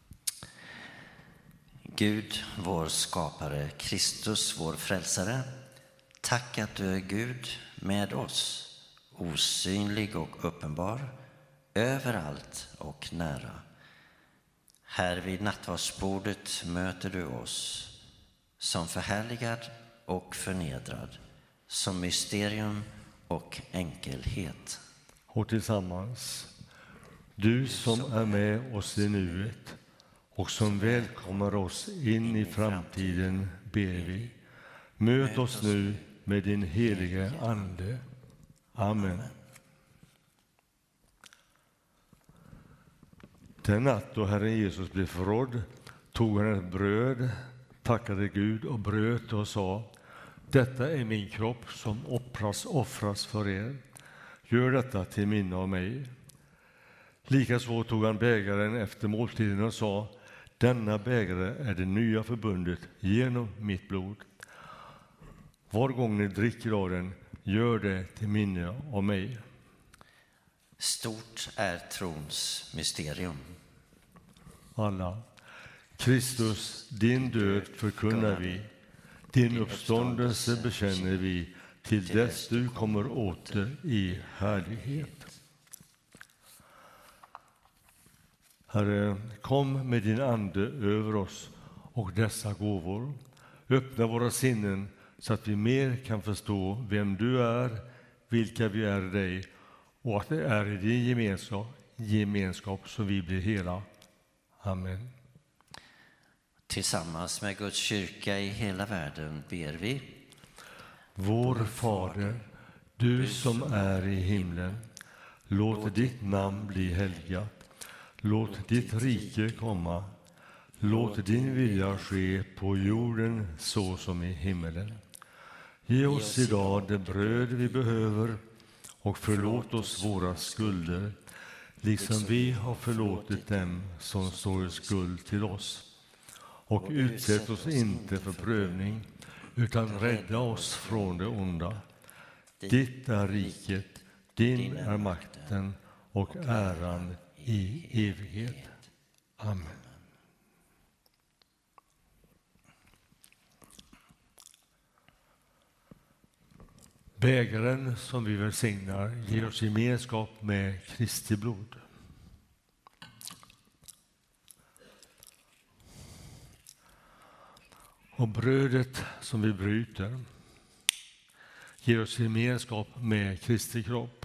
Gud, vår skapare, Kristus, vår frälsare, tack att du är Gud med oss, osynlig och uppenbar, överallt och nära. Här vid nattvardsbordet möter du oss som förhärligad och förnedrad, som mysterium och enkelhet. Och tillsammans, du som är med oss i nuet och som välkomnar oss in i framtiden, ber vi. Möt oss nu med din helige Ande. Amen. Den natt då Herren Jesus blev förrådd tog han ett bröd, tackade Gud och bröt och sa: detta är min kropp som offras för er. Gör detta till minne av mig. Likaså tog han bägaren efter måltiden och sa: denna bägare är det nya förbundet genom mitt blod. Var gång ni dricker av den, gör det till minne av mig. Stort är trons mysterium. Alla. Kristus, din död förkunnar vi. Din uppståndelse bekänner vi till dess du kommer åter i härlighet. Herre, kom med din ande över oss och dessa gåvor. Öppna våra sinnen så att vi mer kan förstå vem du är, vilka vi är i dig och att det är i din gemenskap som vi blir hela. Amen. Tillsammans med Guds kyrka i hela världen ber vi. Vår Fader, du som är i himlen, låt ditt namn bli helgat. Låt ditt rike komma. Låt din vilja ske på jorden så som i himmelen. Ge oss idag det bröd vi behöver och förlåt oss våra skulder, liksom vi har förlåtit dem som står i skuld till oss. Och utsätt oss inte för prövning, utan rädda oss från det onda. Ditt är riket, din är makten och äran i evighet. Amen. Bägaren som vi välsignar ger oss gemenskap med Kristi blod. Och brödet som vi bryter ger oss gemenskap med Kristi kropp.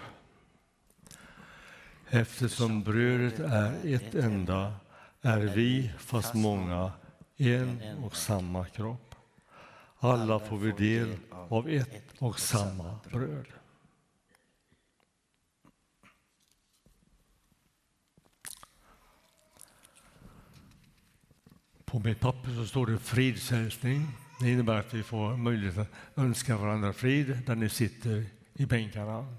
Eftersom brödet är ett enda är vi, fast många, en och samma kropp. Alla får vi del av ett och samma bröd. På mitt papper så står det fridshälsning. Det innebär att vi får möjlighet att önska varandra frid där ni sitter i bänkarna.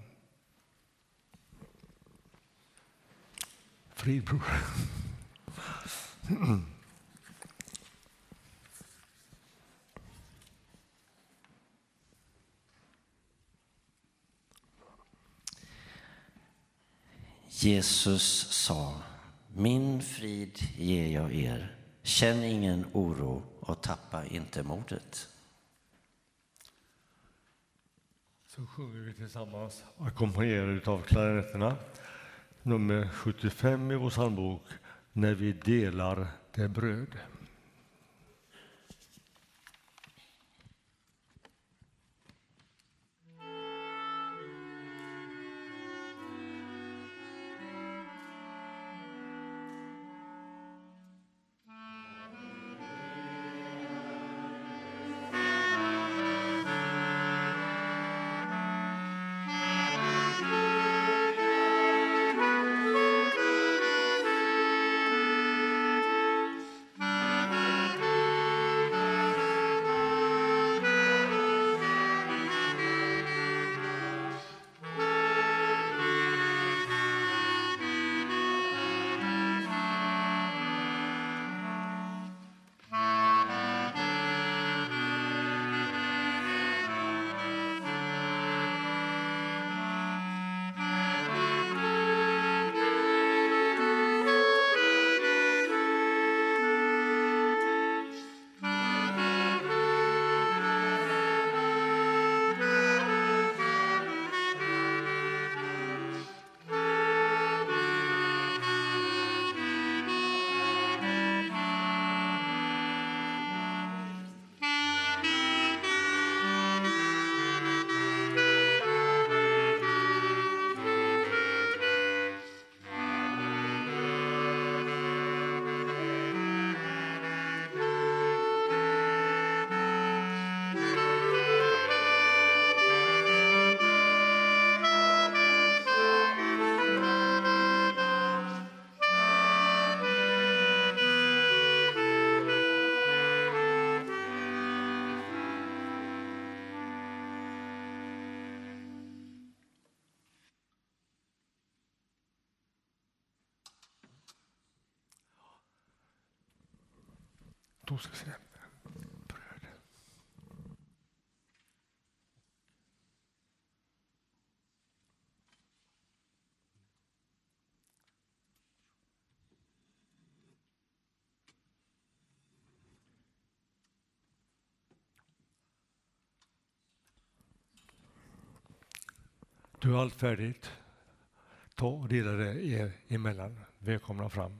Frid, bror. Jesus sa: min frid ger jag er. Känn ingen oro och tappa inte modet. Så sjunger vi tillsammans, ackompanjerade av klarinetterna. nummer 75 i vår psalmbok, När vi delar det bröd. Då ska vi se. Bröd. Du har allt färdigt. Ta och dela det er emellan. Välkomna fram.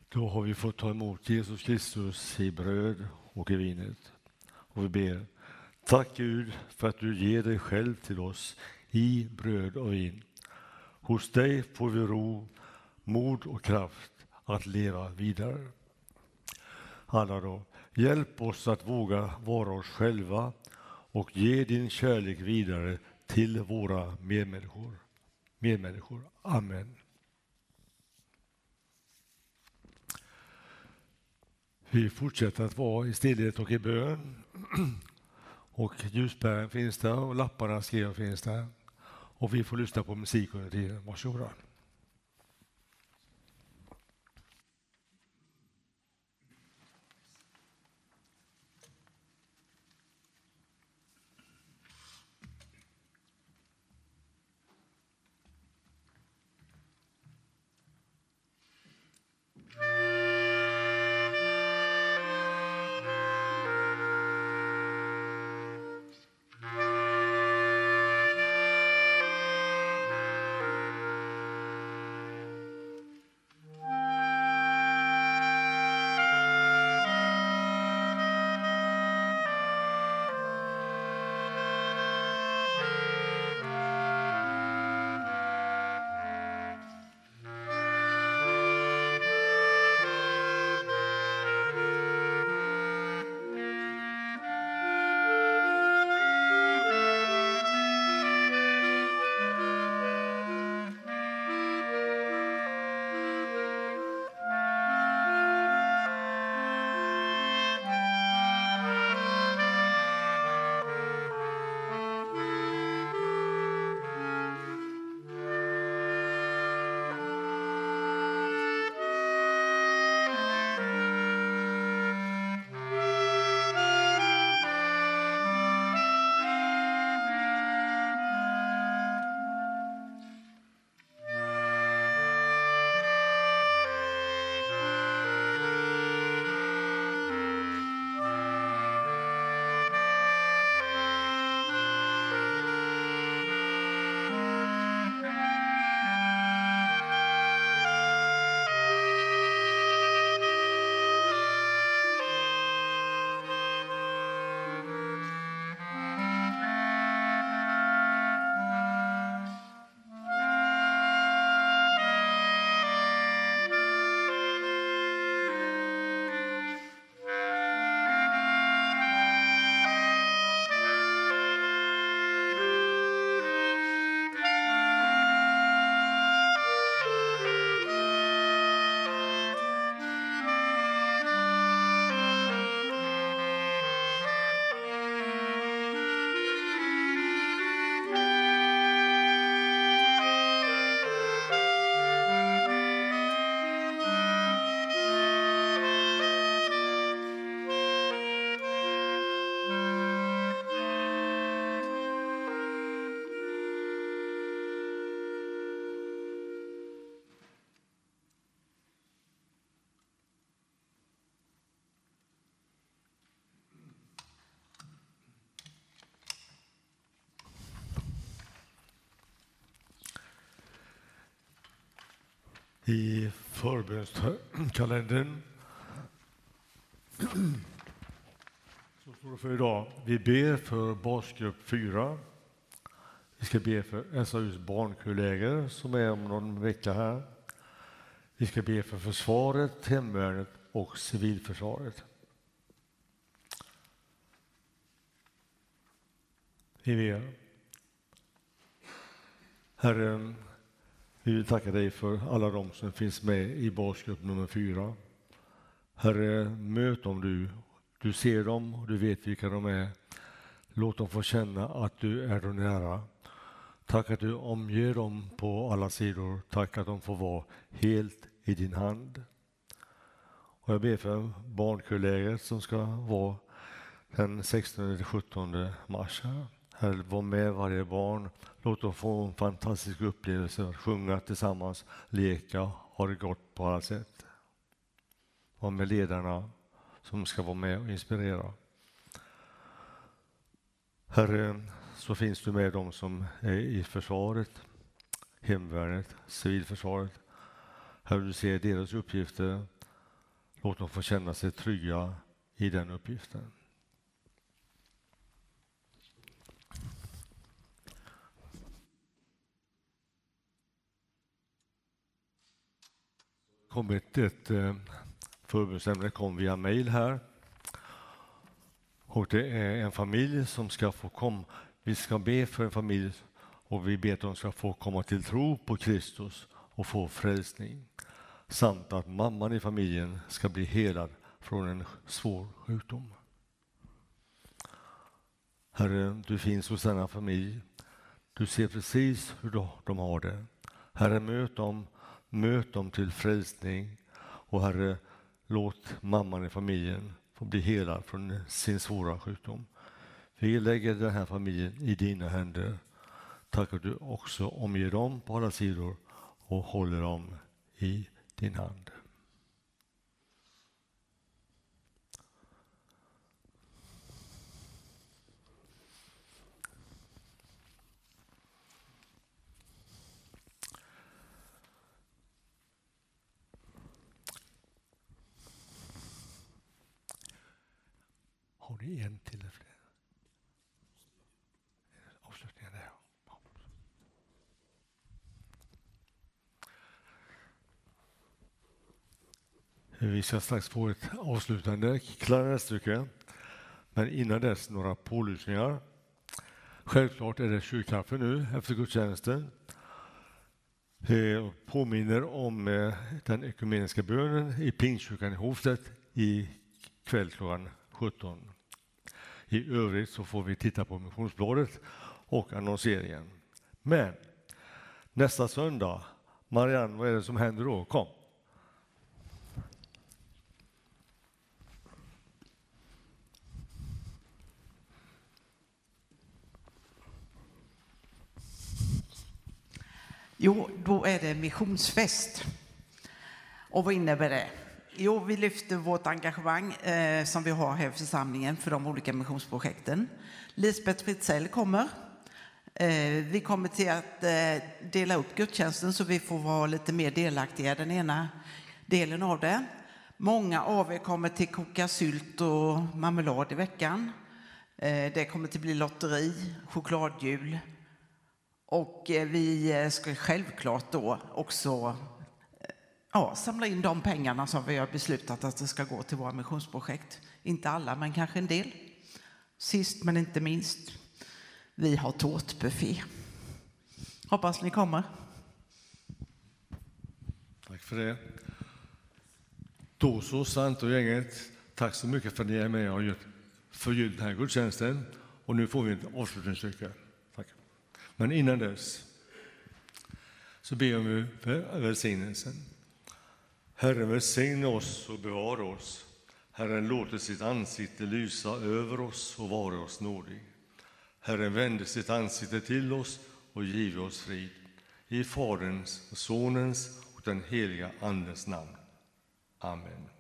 Då har vi fått ta emot Jesus Kristus i bröd och i vinet. Och vi ber, tack Gud för att du ger dig själv till oss i bröd och vin. Hos dig får vi ro, mod och kraft att leva vidare. Alla då, hjälp oss att våga vara oss själva och ge din kärlek vidare till våra medmänniskor. Amen. Vi fortsätter att vara i stillhet och i bön. Och ljusbären finns där och lapparna skriver finns där. Och vi får lyssna på musik under tiden. Varsågoda. I förbönskalendern så står det för idag: vi ber för basgrupp 4. Vi ska be för SAUs barnkulläger som är om någon vecka här. Vi ska be för försvaret, hemvärnet och civilförsvaret. Vi ber. Herre, vi vill tacka dig för alla de som finns med i basgrupp nummer 4. Herre, möt dem du ser dem och du vet vilka de är. Låt dem få känna att du är dem nära. Tack att du omger dem på alla sidor. Tack att de får vara helt i din hand. Och jag ber för barnkullägret som ska vara den 16-17 mars. Herre, var med varje barn. Låt dem få en fantastisk upplevelse att sjunga tillsammans, leka, ha det gott på alla sätt. Var med ledarna som ska vara med och inspirera. Herre, så finns du med dem som är i försvaret, hemvärnet, civilförsvaret. Herre, du ser deras uppgifter. Låt dem få känna sig trygga i den uppgiften. Kommit ett förbundsämne kom via mejl här. Och det är en familj som ska få komma. Vi ska be för en familj och vi ber att de ska få komma till tro på Kristus och få frälsning. Samt att mamman i familjen ska bli helad från en svår sjukdom. Herre, du finns hos denna familj. Du ser precis hur de har det. Herre, möt dem till frälsning. Och Herre, låt mamman i familjen få bli helad från sin svåra sjukdom. Vi lägger den här familjen i dina händer. Tack att du också omger dem på alla sidor och håller dem i din hand. Har ni en till eller fler? Avslutningen där. Ja. Vi ska strax få ett avslutande klarinetstycke. Men innan dess några pålysningar. Självklart är det kyrkkaffe nu efter gudstjänsten. Det påminner om den ekumeniska bönen i Pingstkyrkan i Hovstedt i kväll klockan 17. I övrigt så får vi titta på missionsbladet och annonseringen. Men nästa söndag, Marianne, vad är det som händer då? Kom. Jo, då är det missionsfest. Och vad innebär det? Jo, vi lyfter vårt engagemang som vi har här i församlingen för de olika missionsprojekten. Lisbeth Fritzell kommer. Vi kommer till att dela upp gudstjänsten så vi får vara lite mer delaktiga i den ena delen av det. Många av er kommer till koka sylt och marmelad i veckan. Det kommer till bli lotteri, chokladjul. Och vi ska självklart då också samla in de pengarna som vi har beslutat att det ska gå till våra missionsprojekt. Inte alla, men kanske en del. Sist men inte minst, vi har tårtbuffé. Hoppas ni kommer. Tack för det. Då så, Sant och gänget, tack så mycket för att ni är med och förgyllt den här gudstjänsten. Och nu får vi ett avslutningsstycke. Tack. Men innan dess så ber vi för välsignelsen. Herren välsigne oss och bevara oss. Herren låter sitt ansikte lysa över oss och vara oss nådig. Herren vänder sitt ansikte till oss och giver oss frid. I Faderns, Sonens och den heliga Andens namn. Amen.